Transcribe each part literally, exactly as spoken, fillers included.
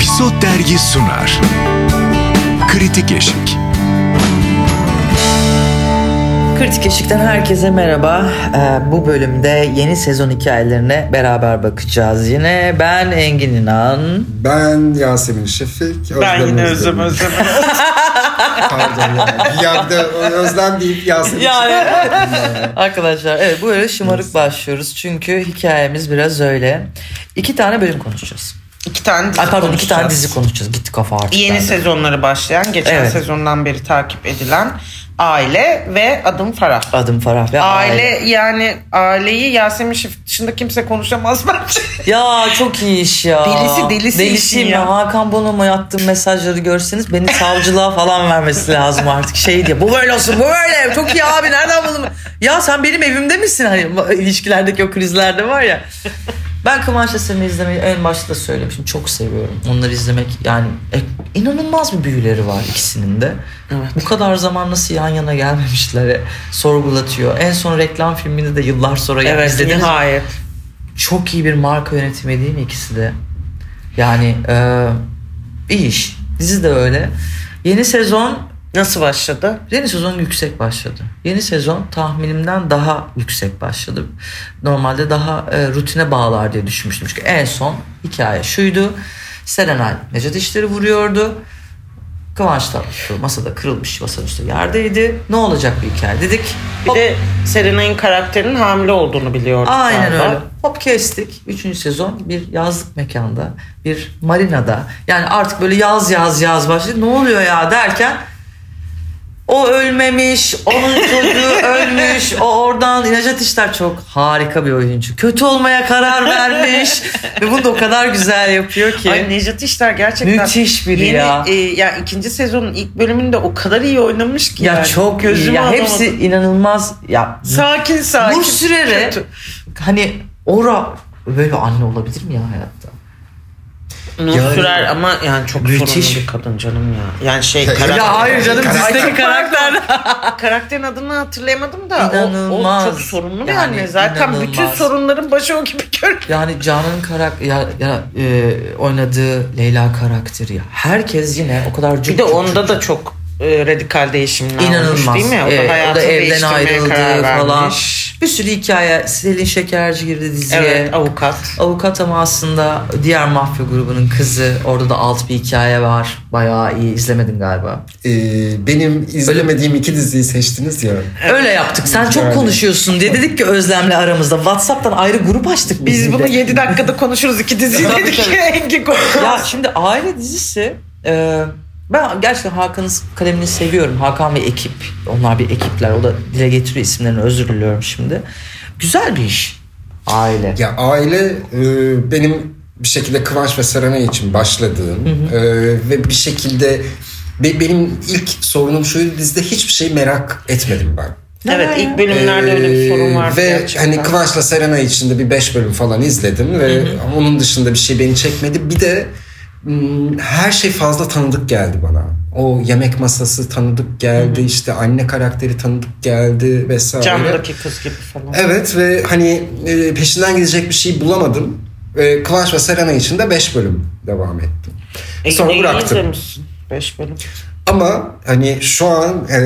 Episod Dergi sunar. Kritik Eşik. Kritik Eşik'ten herkese merhaba. Ee, bu bölümde yeni sezon hikayelerine beraber bakacağız. Yine ben Engin İnan. Ben Yasemin Şefik. Ben yine Özlem Özlem. Pardon yani. Ya bir de Özlem deyip Yasemin yani, arkadaşlar evet böyle şımarık başlıyoruz. Çünkü hikayemiz biraz öyle. İki tane bölüm konuşacağız. İki tane dizi Ay pardon konuşacağız. iki tane dizi konuşacağız. Gitti kafa artık. Yeni bende. sezonları başlayan, geçen Evet. sezondan beri takip edilen Aile ve Adım Farah. Adım Farah ve Aile, aile. yani aileyi Yasemin Şefik dışında kimse konuşamaz bence. Ya çok iyi iş ya. Delisi delisi Delisiyim işin ya. ya. Hakan Bonomo'ya attığım mesajları görseniz beni savcılığa falan vermesi lazım artık. Şey diye bu böyle olsun bu böyle. Çok iyi abi nereden buldun? Ya sen benim evimde misin? Hani ilişkilerdeki o krizlerde var ya. Ben Kıvanç Esen'i izlemeyi en başta da söylemiştim. Çok seviyorum. Onları izlemek yani e, inanılmaz bir büyüleri var ikisinin de. Evet. Bu kadar zaman nasıl yan yana gelmemişler e, sorgulatıyor. En son reklam filminde de yıllar sonra Evet, izlediniz. nihayet. Çok iyi bir marka yönetimi değil mi ikisi de? Yani e, iyi iş. Dizi de öyle. Yeni sezon Nasıl başladı? Yeni sezon yüksek başladı. Yeni sezon tahminimden daha yüksek başladı. Normalde daha e, rutine bağlar diye düşünmüştüm. Çünkü en son hikaye şuydu. Serenay Nejat İşler'i vuruyordu. Kıvanç Tatlıtuğ masada kırılmış, masanın üstü yerdeydi. Ne olacak bir hikaye dedik. Bir Hop, de Serenay'ın karakterinin hamile olduğunu biliyorduk. aynen galiba. öyle. Hop kestik. Üçüncü sezon bir yazlık mekanda, bir marinada. Yani artık böyle yaz yaz yaz başladı. Ne oluyor ya derken o ölmemiş, onun çocuğu ölmüş, o oradan Nejat İşler çok harika bir oyuncu. Kötü olmaya karar vermiş ve bunu da o kadar güzel yapıyor ki. Ay Nejat İşler gerçekten Müthiş biri yeni, ya. E, yani ikinci sezonun ilk bölümünde o kadar iyi oynamış ki. Ya yani. çok iyi. Gözümü Ya alamadım. hepsi inanılmaz. Ya Sakin sakin. Nur Sürer'e Kötü. hani ora böyle anne olabilir mi ya hayatta? Nur Yani- Sürer ama yani çok Müthiş. sorunlu bir kadın canım ya. Yani şey Ya karakter. Ya hayır canım Karakter- dizideki karakter. Karakterin adını hatırlayamadım da o, o İnanılmaz. çok sorunlu bir Yani anne. Zaten inanılmaz. bütün sorunların başı o gibi görünüyor. Yani Canan'ın karak ya, ya e, oynadığı Leyla karakteri ya. Herkes yine o kadar cuk Bir de cuk onda cuk da cuk. çok e, radikal değişimler İnanılmaz. olmuş değil mi? O da Evet, o da hayatını evden değiştirmeye ayrıldı karar falan. vermiş. Bir sürü hikaye. Selin Şekerci girdi diziye. Evet, avukat. Avukat ama aslında diğer mafya grubunun kızı. Orada da alt bir hikaye var. Bayağı iyi. İzlemedin galiba. Ee, benim izlemediğim iki diziyi seçtiniz ya. Öyle yaptık. Sen çok Yani. konuşuyorsun diye dedik ki Özlem'le aramızda. WhatsApp'tan ayrı grup açtık biz. Biz bir bunu de. yedi dakikada konuşuruz iki diziyi Tabii, dedik tabii. ya Engin konuşmaz. Ya şimdi aile dizisi e, ben gerçekten Hakan'ın kalemini seviyorum. Hakan ve ekip. Onlar bir ekipler. O da dile getiriyor isimlerini. Özür diliyorum şimdi. Güzel bir iş. Aile. Ya aile e, benim bir şekilde Kıvanç ve Serenay için başladığım e, ve bir şekilde be- benim ilk sorunum şuydu, dizide hiçbir şey merak etmedim ben. Evet, ilk bölümlerde öyle bir sorun vardı Ve gerçekten. hani Kıvanç'la Serenay için de bir beş bölüm falan izledim ve onun dışında bir şey beni çekmedi. Bir de m, her şey fazla tanıdık geldi bana. O yemek masası tanıdık geldi, işte anne karakteri tanıdık geldi vesaire. Camdaki kız gibi falan. Evet ve hani e, peşinden gidecek bir şey bulamadım. E, Kıvanç ve Serenay için de beş bölüm devam ettim. E, Sonra yine iyi bıraktım. izlemişsin. beş bölüm. Ama hani şu an e,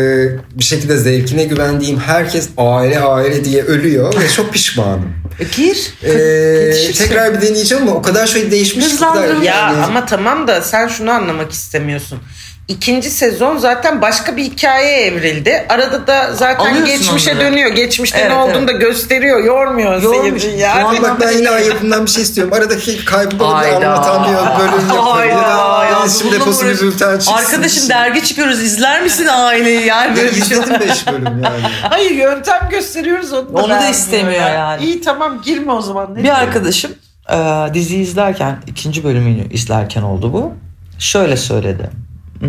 bir şekilde zevkine güvendiğim herkes aile aile diye ölüyor ve çok pişmanım. E, gir. E, Yetişirsin. tekrar bir deneyeceğim ama o kadar şey değişmiş. ki, o kadar- Hızlandırma. Ya yani- ama tamam da sen şunu anlamak istemiyorsun. İkinci sezon zaten başka bir hikayeye evrildi. Arada da zaten Alıyorsun geçmişe onları. dönüyor. Geçmişte Evet, ne olduğunu evet. da gösteriyor. Yormuyor Yormuş. seyirciyi yani. Doğan Bak ben yine yapımdan bir şey istiyorum. Aradaki kaybolduğunu Hayda. anlatan bir bölüm yapın. Hayda. Ya da Ya iletişim bununla deposu bir uğraş- bülten çıksın. Arkadaşım dergi çıkıyoruz. İzler misin aileyi? Yani böyle bir şey. İzledim beş bölüm yani. Hayır, yöntem gösteriyoruz onu da. Onu da beğenmiyor istemiyor ya. yani. İyi tamam, girme o zaman. Ne Bir diyeyim? arkadaşım e, diziyi izlerken ikinci bölümünü izlerken oldu bu. Şöyle söyledi. Hmm.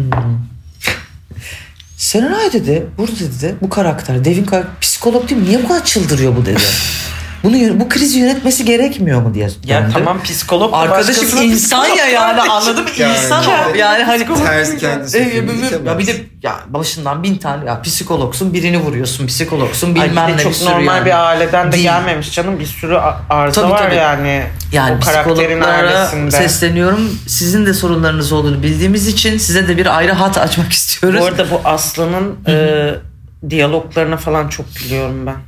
Serenay dedi, burada dedi bu karakter, Devin karakter psikolog değil mi? Niye bu kadar çıldırıyor bu dedi. bunu bu krizi yönetmesi gerekmiyor mu diye. Ya döndü. tamam, psikolog da Arkadaşım başkasına insan ya psikolog yani kardeşim. anladın mı? Yani. İnsan o. Yani hani Terzi kendisi E, filmi ya bir de ya başından bin tane ya psikologsun, birini vuruyorsun, psikologsun, bilmem Ay, bir de ne çok bir sürü normal yani. bir aileden de Değil. gelmemiş canım. Bir sürü a- arıza Tabii, var tabii. yani. Yani o karakterin psikologlara ailesinde. sesleniyorum. Sizin de sorunlarınız olduğunu bildiğimiz için size de bir ayrı hat açmak istiyoruz. Bu arada bu Aslı'nın e, diyaloglarına falan çok gülüyorum ben.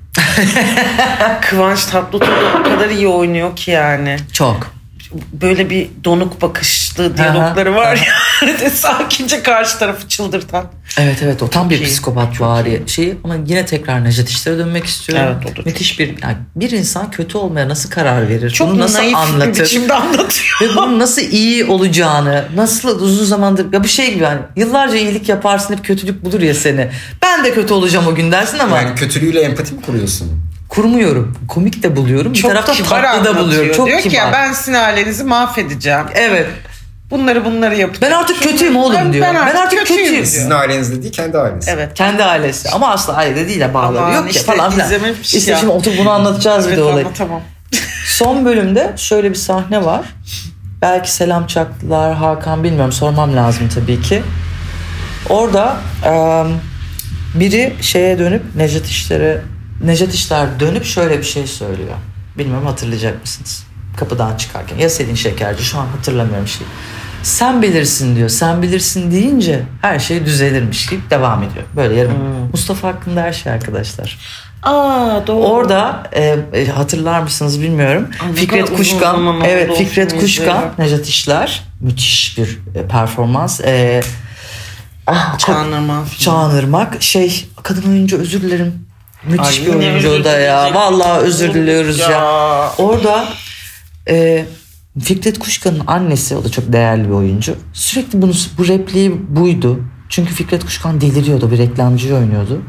Kıvanç Tatlıtuğ da o kadar iyi oynuyor ki yani. Çok. Böyle bir donuk bakışlı diyalogları var ya. Sakince karşı tarafı çıldırtan. Evet evet o tam bir iyi, psikopat vari şeyi ama yine tekrar Nejat İşler'e dönmek istiyorum. Evet, o da çok Müthiş bir yani bir insan kötü olmaya nasıl karar verir? Çok bunu nasıl naif bir anlatır? biçimde anlatıyor. Ve bunun nasıl iyi olacağını, nasıl uzun zamandır ya bu şey gibi hani yıllarca iyilik yaparsın hep kötülük bulur ya seni. Ben de kötü olacağım o gün dersin ama Yani kötülüğüyle empati mi kuruyorsun? kurmuyorum. Komik de buluyorum. Bir tarafta kibar tatlı da anlatıyor. buluyorum. Çok Diyor kibar. ki ya ben sizin ailenizi mahvedeceğim. Evet. Bunları bunları yapacağım. Ben artık kötüyüm oğlum Ben- diyor. Ben artık, Ben artık kötüyüm, kötüyüm. diyor. Sizin ailenizde değil, kendi ailesi. Evet. Kendi ailesi. Ama asla aile değil de bağları Aman yok işte ya falan filan. izlememiş İşte ya. şimdi oturup bunu anlatacağız bir Evet, de olayı. anlatamam. Son bölümde şöyle bir sahne var. Belki Selam Çaklılar, Hakan bilmiyorum sormam lazım tabii ki. Orada e, biri şeye dönüp Nejat İşler'e Nejat İşler dönüp şöyle bir şey söylüyor. Bilmem hatırlayacak mısınız? Kapıdan çıkarken. Ya Selin Şekerci şu an hatırlamıyorum şey. Sen bilirsin diyor. Sen bilirsin deyince her şey düzelirmiş deyip devam ediyor. Böyle yarım. Hmm. Mustafa hakkında her şey arkadaşlar. Aa doğru. Orada e, e, hatırlar mısınız bilmiyorum. Ay, ne Fikret kadar uzun Kuşkan, zaman oldu evet o Fikret filmi Kuşkan, izleyeli. Nejat İşler müthiş bir e, performans. E, ah, Çağınırmak. Çağınırmak. Şey kadın oyuncu özür dilerim. Müthiş Ay, bir yine oyuncu özür o da ya. dileyecek. Vallahi özür diliyoruz ya. Ya. Orada e, Fikret Kuşkan'ın annesi o da çok değerli bir oyuncu. Sürekli bunu bu repliği buydu. Çünkü Fikret Kuşkan deliriyordu. Bir reklamcıyı oynuyordu.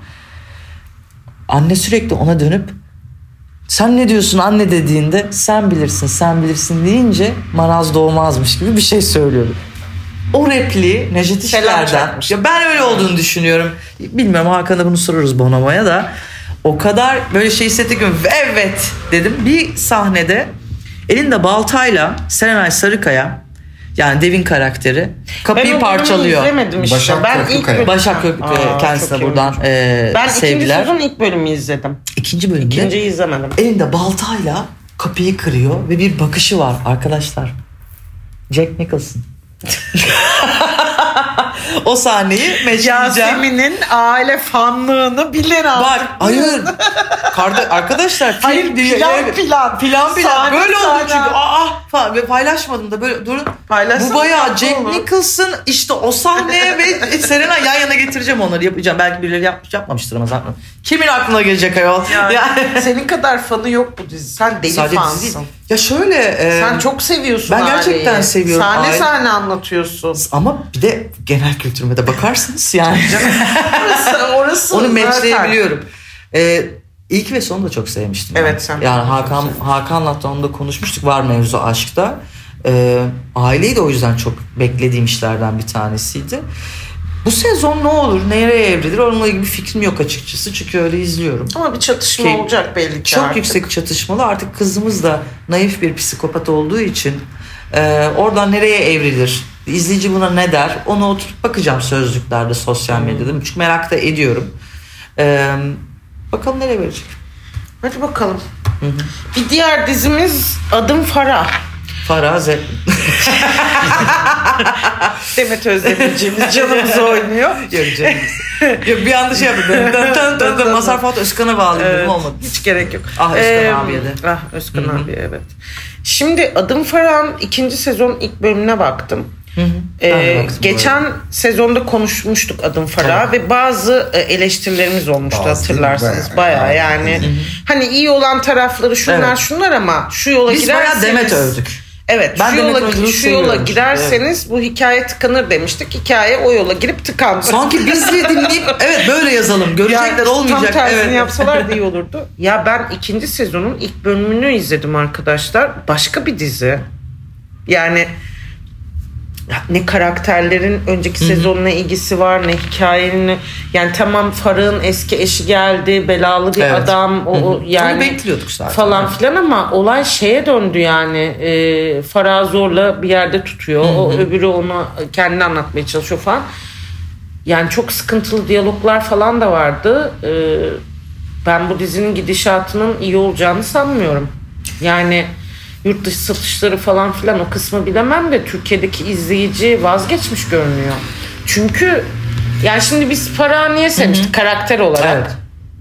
Anne sürekli ona dönüp sen ne diyorsun anne dediğinde sen bilirsin sen bilirsin deyince maraz doğmazmış gibi bir şey söylüyordu. O repliği Nejat İşler'den çakmış. ya ben öyle olduğunu düşünüyorum. Bilmiyorum Hakan'a bunu sorarız Bonomo'ya da. O kadar böyle şey hissettik ki evet dedim. Bir sahnede elinde baltayla Serenay Sarıkaya yani Devin karakteri kapıyı Ben o bölümü parçalıyor. izlemedim işte. Başak ben ilk Köprükaya. bölüm... Başak Kök Aa, kendisine çok buradan iyiymiş. e, Ben ikinci sevgiler. sezonun ilk bölümü izledim. İkinci bölümde İkinciyi izlemedim. elinde baltayla kapıyı kırıyor ve bir bakışı var arkadaşlar. Jack Nicholson. O sahneyi meşleyeceğim. Yasemin'in aile fanlığını bilen Bak artık. hayır. Karda, arkadaşlar film Hayır, diye- plan, evet. plan. Plan plan. Sahne, Böyle oldu sahne. çünkü. Aa falan. Ve paylaşmadım da böyle durun. Paylaşsana Bu bayağı ya, Jack oğlum. Nicholson işte o sahneye ve Serena yan yana getireceğim onları yapacağım. Belki birileri yapmış yapmamıştır ama zaten. Kimin aklına gelecek ayol? Yani, Yani- senin kadar fanı yok bu dizi. Sen deli Sadece fansın. değil. Ya şöyle. e, Sen çok seviyorsun ben gerçekten aileyi. seviyorum Sahne aile- sahne anlatıyorsun. Ama bir de genel kültürüme de bakarsınız yani. orası, orası Onu zaten. matchleyebiliyorum. Ee, ilk ve sonu da çok sevmiştim. ben. Evet, sen de Yani çok Hakan sevmiştin. Hakan'la da onu da konuşmuştuk. Var mevzu aşkta. Ee, aileyi de o yüzden çok beklediğim işlerden bir tanesiydi. Bu sezon ne olur, nereye evrilir onunla ilgili bir fikrim yok açıkçası. Çünkü öyle izliyorum. Ama bir çatışma Ki- olacak belli ki Çok artık. yüksek çatışmalı. Artık kızımız da naif bir psikopat olduğu için e, oradan nereye evrilir? İzleyici buna ne der? Onu oturup bakacağım sözlüklerde, sosyal medyada. Çünkü merak da ediyorum. E, bakalım nereye verecek? Hadi bakalım. Bir diğer dizimiz Adım Farah. Farah Zep. Demet Özdemirciğimiz canımız oynuyor. Yok canım. Yok bir anda şey yaptım. Dön dön dön dön. Mazhar Fuat Özkan'a bağlayayım dedim Evet, olmadı. hiç gerek yok. Ah, Özkan Ee, abiye de. Ah Özkan abi evet. Şimdi Adım Farah'ın ikinci sezon ilk bölümüne baktım. Hı hı. Ee, Ben de baktım bu geçen sezonda konuşmuştuk Adım Farah'ı ve bazı e, eleştirilerimiz olmuştu Bazı değil, hatırlarsanız. bayağı. Bayağı yani hani iyi olan tarafları şunlar Evet. şunlar ama şu yola Biz girerseniz. bayağı Demet övdük. Evet Ben şu Demet yola, Özgür'ü şu yola seviyorum. girerseniz bu hikaye tıkanır demiştik. Hikaye o yola girip tıkandı. Sanki biz de dinleyip evet böyle yazalım. Görecekler Yani olmayacak. Tam tersini Evet. yapsalar da iyi olurdu. Ya ben ikinci sezonun ilk bölümünü izledim arkadaşlar. Başka bir dizi. Yani ne karakterlerin önceki sezonla ilgisi var, ne hikayenin. Yani tamam, Farah'ın eski eşi geldi, belalı bir Evet. adam, o, o yani Onu bekliyorduk zaten. falan filan, ama olay şeye döndü yani. E, Farah zorla bir yerde tutuyor. O öbürü onu kendini anlatmaya çalışıyor falan. Yani çok sıkıntılı diyaloglar falan da vardı. E, ben bu dizinin gidişatının iyi olacağını sanmıyorum. Yani yurt dışı satışları falan filan, o kısmı bilemem de Türkiye'deki izleyici vazgeçmiş görünüyor. Çünkü yani şimdi biz Farah'ı niye sevmiştik karakter olarak? Evet.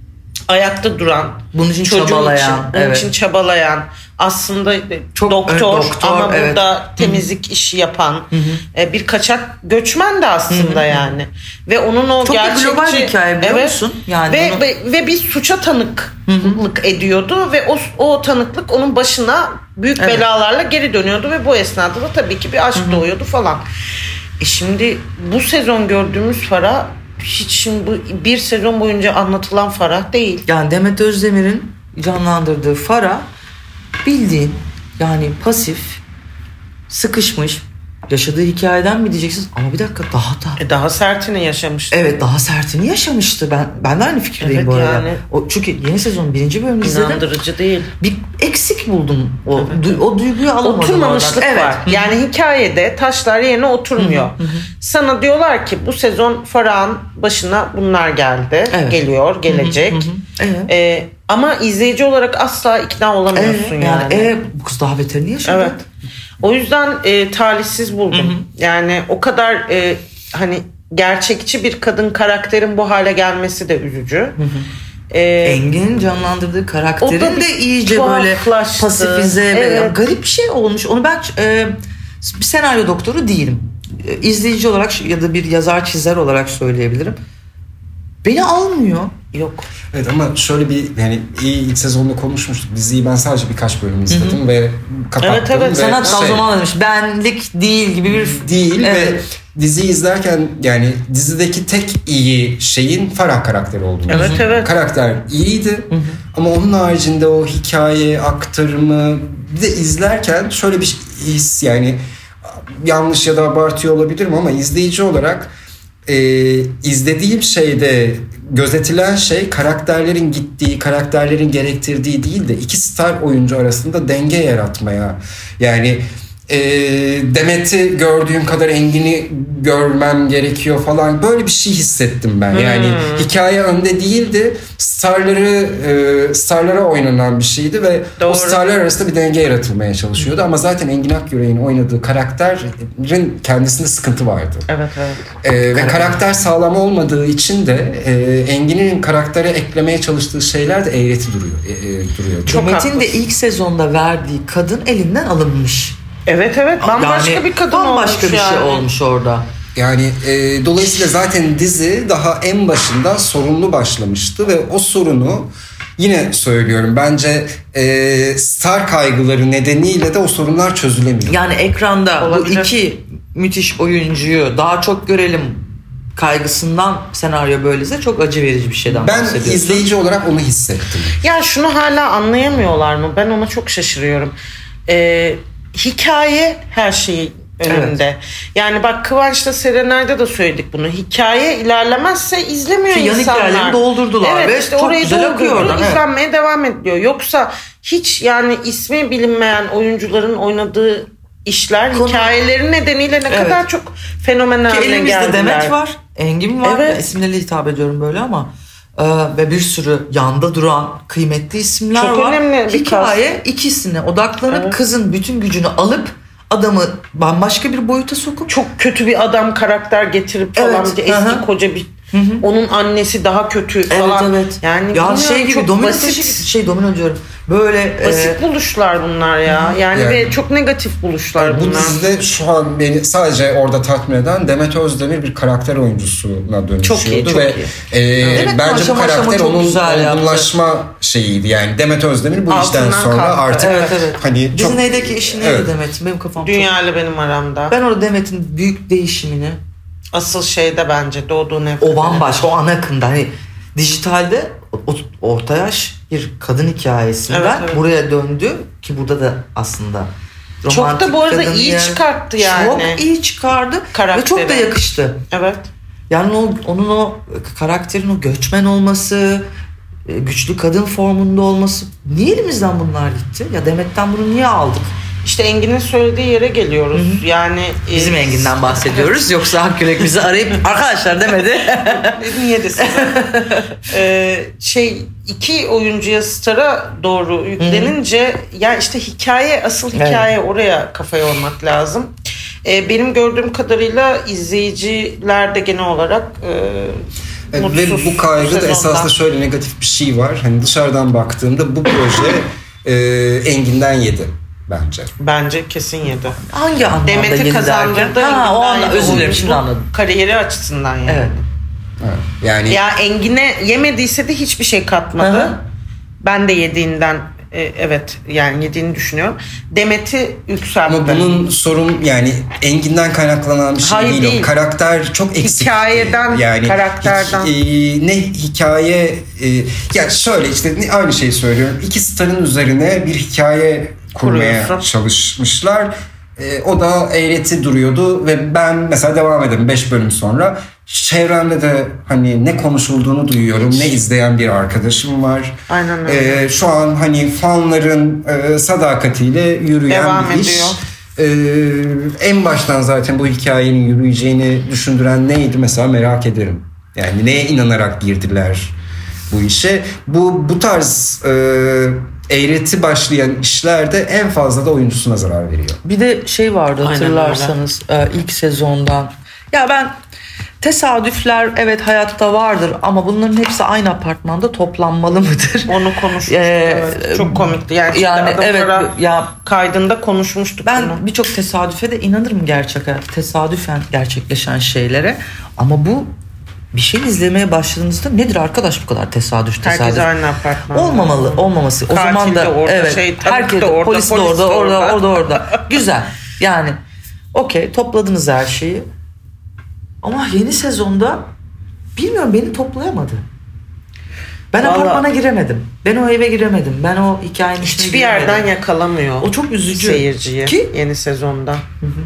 Ayakta duran, Bunun için çocuğun çabalayan, için, bunun evet. için çabalayan, aslında Çok- doktor, evet, doktor, ama evet. burada temizlik işi yapan e, bir kaçak göçmen de aslında yani. Ve onun o Çok da gerçekçi, global bir hikaye, biliyor musun? Yani ve, bunu- ve ve bir suça tanıklık ediyordu ve o o tanıklık onun başına büyük Evet. belalarla geri dönüyordu ve bu esnada da tabii ki bir aşk doğuyordu falan. E şimdi bu sezon gördüğümüz Farah hiç şimdi bu bir sezon boyunca anlatılan Farah değil. Yani Demet Özdemir'in canlandırdığı Farah bildiğin yani pasif, sıkışmış, yaşadığı hikayeden mi diyeceksiniz? Ama bir dakika, daha da E daha sertini yaşamıştı. evet, daha sertini yaşamıştı. Ben ben de aynı fikirdeyim Evet bu arada. yani. O çünkü yeni sezon birinci bölümü izledim. İnandırıcı değil. Bir eksik buldum. O du- o duyguyu alamadım. Oturmamışlık oradan. var. Evet. Yani hikayede taşlar yerine oturmuyor. Sana diyorlar ki bu sezon Farah'ın başına bunlar geldi. Evet. Geliyor, gelecek. Evet. Ee, ama izleyici olarak asla ikna olamıyorsun Evet, yani. yani e, bu kız daha beterini yaşadı. Evet. O yüzden e, talihsiz buldum. Yani o kadar e, hani gerçekçi bir kadın karakterin bu hale gelmesi de üzücü. E, Engin'in canlandırdığı O karakterin da bir de iyice böyle tuhaflaştı. pasifize ve Evet. garip bir şey olmuş. Onu ben e, bir senaryo doktoru değilim. E, izleyici olarak ya da bir yazar çizer olarak söyleyebilirim. Beni almıyor. yok. Evet, ama şöyle bir, yani iyi ilk sezonda konuşmuştuk. Diziyi ben sadece birkaç bölüm izledim ve kapattım. Evet, evet. ve Sen hatta o şey, zaman demiş benlik değil gibi bir değil Evet. ve diziyi izlerken yani dizideki tek iyi şeyin Farah karakteri olduğunu Evet, düşünüyorum. evet. Karakter iyiydi ama onun haricinde o hikaye aktarımı, bir de izlerken şöyle bir his, yani yanlış ya da abartıyor olabilirim ama izleyici olarak e, izlediğim şeyde gözetilen şey karakterlerin gittiği, karakterlerin gerektirdiği değil de iki star oyuncu arasında denge yaratmaya, yani e, Demet'i gördüğüm kadar Engin'i görmem gerekiyor falan, böyle bir şey hissettim ben. Yani hikaye önde değildi, starları e, starlara oynanan bir şeydi ve Doğru. o starlar arasında bir denge yaratılmaya çalışıyordu ama zaten Engin Akyürek'in oynadığı karakterin kendisinde sıkıntı vardı. Evet, evet. Ee, ve karakter sağlam olmadığı için de e, Engin'in karaktere eklemeye çalıştığı şeyler de eğreti duruyor. E, e, duruyor. Çok Demet'in de haklısın. ilk sezonda verdiği kadın elinden alınmış. Evet, evet. Bambaşka Yani bir kadın bambaşka olmuş bir yani. şey olmuş orada. Yani e, dolayısıyla zaten dizi daha en başında sorunlu başlamıştı ve o sorunu, yine söylüyorum, bence e, star kaygıları nedeniyle de o sorunlar çözülemiyor. Yani ekranda Olabilir. bu iki müthiş oyuncuyu daha çok görelim kaygısından senaryo böylese çok acı verici bir şeyden Ben bahsediyorsun. izleyici olarak onu hissettim. Ya şunu hala anlayamıyorlar mı? Ben ona çok şaşırıyorum. Ee, hikaye her şeyi önünde. Yani bak, Kıvanç'ta, Serenay'da da söyledik bunu. Hikaye ilerlemezse izlemiyor Ki yan insanlar. hikayelerini doldurdular evet, ve işte çok orayı güzel akıyor doldurdu, oradan, evet. izlenmeye devam ediliyor. Yoksa hiç yani ismi bilinmeyen oyuncuların oynadığı işler Konu- hikayeleri nedeniyle ne Evet. kadar çok fenomen Ki haline elimizde geldiler. Demet var, Engin var. Evet. Ben isimleriyle hitap ediyorum böyle ama e, ve bir sürü yanda duran kıymetli isimler Çok var. önemli bir Hikaye ikisine odaklanıp Evet. kızın bütün gücünü alıp adamı bambaşka bir boyuta sokup Çok kötü bir adam karakter getirip falan, Evet, bir de eski hı hı. koca bir, onun annesi daha kötü evet falan. evet. Yani ya şey bilmiyorum, gibi çok domino basit, taşı şey domino diyorum. Böyle basit e, buluşlar bunlar ya. Yani, Yani- ve çok negatif buluşlar Bu bunlar. dizide şu an beni sadece orada tatmin eden Demet Özdemir bir karakter oyuncusuna dönüşüyordu Çok iyi, çok ve iyi. e, Demet bence bu aşama aşama karakter çok onun güzel yaptı. olgunlaşma şeyiydi. Yani Demet Özdemir bu işten Altından sonra kalktı. artık evet evet. hani çok Disney'deki işi neydi Evet. Demet'in? Benim kafam çok. Dünya ile benim aramda. Ben orada Demet'in büyük değişimini, Asıl şeyde bence doğduğu nefret. o bambaşka, o ana akımda hani dijitalde o- orta yaş bir kadın hikayesinden Evet, evet. buraya döndü ki burada da aslında Çok da bu arada kadın iyi yer. çıkarttı yani. Çok iyi çıkardı Karakteri. ve çok da yakıştı. Evet. Yani o, onun o karakterin o göçmen olması, güçlü kadın formunda olması, niye elimizden bunlar gitti? Ya Demet'ten bunu niye aldık? İşte Engin'in söylediği yere geliyoruz. Hı hı. Yani bizim e, Engin'den bahsediyoruz. Yoksa Hakkürek bizi arayıp arkadaşlar demedi. Niye de size? ee, şey iki oyuncuya stara doğru yüklenince hı. ya işte hikaye asıl hikaye evet. oraya kafa yormak lazım. Ee, benim gördüğüm kadarıyla izleyiciler de genel olarak e, evet, ve bu kaygı da esasında şöyle negatif bir şey var. Hani dışarıdan baktığımda bu proje e, Engin'den yedi. Bence. Bence kesin yedi. Hangi anlamda Demet'i yedi kazandırdı. Ha, o anda özür dilerim şimdi anladım. Kariyeri açısından yani. Evet. Evet. Yani ya Engin'e yemediyse de hiçbir şey katmadı. Hı-hı. Ben de yediğinden e, evet yani yediğini düşünüyorum. Demet'i yükseltti. Ama bunun sorun yani Engin'den kaynaklanan bir şey Hayır, değil, değil. O karakter çok eksik. Hikayeden, yani karakterden. Hi, e, ne hikaye e, ya şöyle işte aynı şeyi söylüyorum. İki starın üzerine bir hikaye kurmaya Kuruyorsun. çalışmışlar. E, o da eğreti duruyordu ve ben mesela devam ederim beş bölüm sonra. Çevremde de hani ne konuşulduğunu duyuyorum. Ne izleyen bir arkadaşım var. Aynen öyle. E, şu an hani fanların e, sadakatiyle yürüyen devam bir iş. ediyor. Ee, en baştan zaten bu hikayenin yürüyeceğini düşündüren neydi mesela merak ederim. Yani neye inanarak girdiler bu işe. Bu bu tarz e, eğreti başlayan işlerde en fazla da oyuncusuna zarar veriyor. Bir de şey vardı hatırlarsanız e, ilk sezondan. Ya ben tesadüfler evet hayatta vardır ama bunların hepsi aynı apartmanda toplanmalı mıdır? Onu konuşmuştuk. Ee, evet. Çok komikti. Yani, yani evet ya kaydında konuşmuştuk. Ben birçok tesadüfe de inanırım gerçek hayat. Tesadüfen gerçekleşen şeylere. Ama bu bir şey izlemeye başladığınızda nedir arkadaş bu kadar tesadüf tesadüf? Herkes aynı apartmanda. Olmamalı, olmaması. O Katil zaman da orada, evet. Şey, herkes de orada, polis de polis orada, de orada, orada, orada, orada. Güzel. Yani okey topladınız her şeyi. Ama yeni sezonda bilmiyorum beni toplayamadı. Ben Vallahi, apartmana giremedim. Ben o eve giremedim. Ben o hikayenin içine hiçbir giremedim. Yerden yakalamıyor. O çok üzücü. Seyirciyi. Ki yeni sezonda. Hı hı.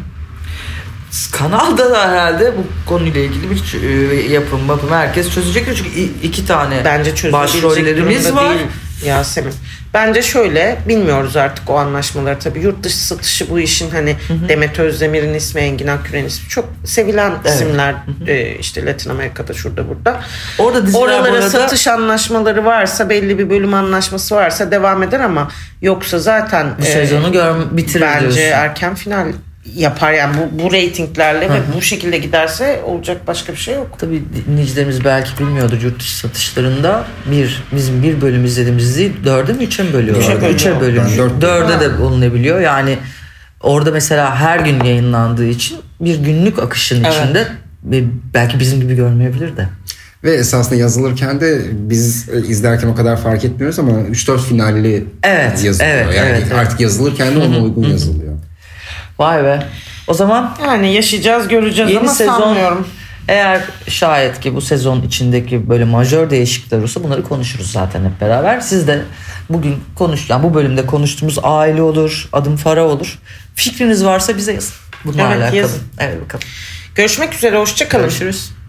Kanalda da herhalde bu konuyla ilgili bir yapım, yapım herkes çözecektir çünkü iki tane bence başrollerimiz var. Değil Yasemin. Bence şöyle bilmiyoruz artık o anlaşmaları tabii yurt dışı satışı bu işin hani hı hı. Demet Özdemir'in ismi, Engin Akgüren'in ismi çok sevilen evet. isimler hı hı. E, işte Latin Amerika'da şurada burada. Orada oralara burada... satış anlaşmaları varsa belli bir bölüm anlaşması varsa devam eder ama yoksa zaten bu e, sezonu gör bitirir bence diyorsun. Erken final yapar yani bu, bu reytinglerle Hı. ve bu şekilde giderse olacak başka bir şey yok. Tabii dinleyicilerimiz belki bilmiyordur yurt dışı satışlarında bir bizim bir bölüm izlediğimiz diziyi dörde mi üçe mi bölüyorlar? Üçe bölünüyor. Dörde de olunabiliyor yani orada mesela her gün yayınlandığı için bir günlük akışın evet. içinde belki bizim gibi görmeyebilir de. Ve esasında yazılırken de biz izlerken o kadar fark etmiyoruz ama üç dört finalli evet, yazılıyor. Evet, yani evet, artık evet. yazılırken de ona uygun yazılıyor. Vay be. O zaman yani yaşayacağız göreceğiz ama sezon, sanmıyorum. Eğer şayet ki bu sezon içindeki böyle majör değişiklikler olursa bunları konuşuruz zaten hep beraber. Siz de bugün konuş yani bu bölümde konuştuğumuz aile olur, adım Fara olur. Fikriniz varsa bize yazın. Bunlarla evet, alakalı. Yazın. Evet bakalım. Görüşmek üzere hoşça kalın. Görüşürüz.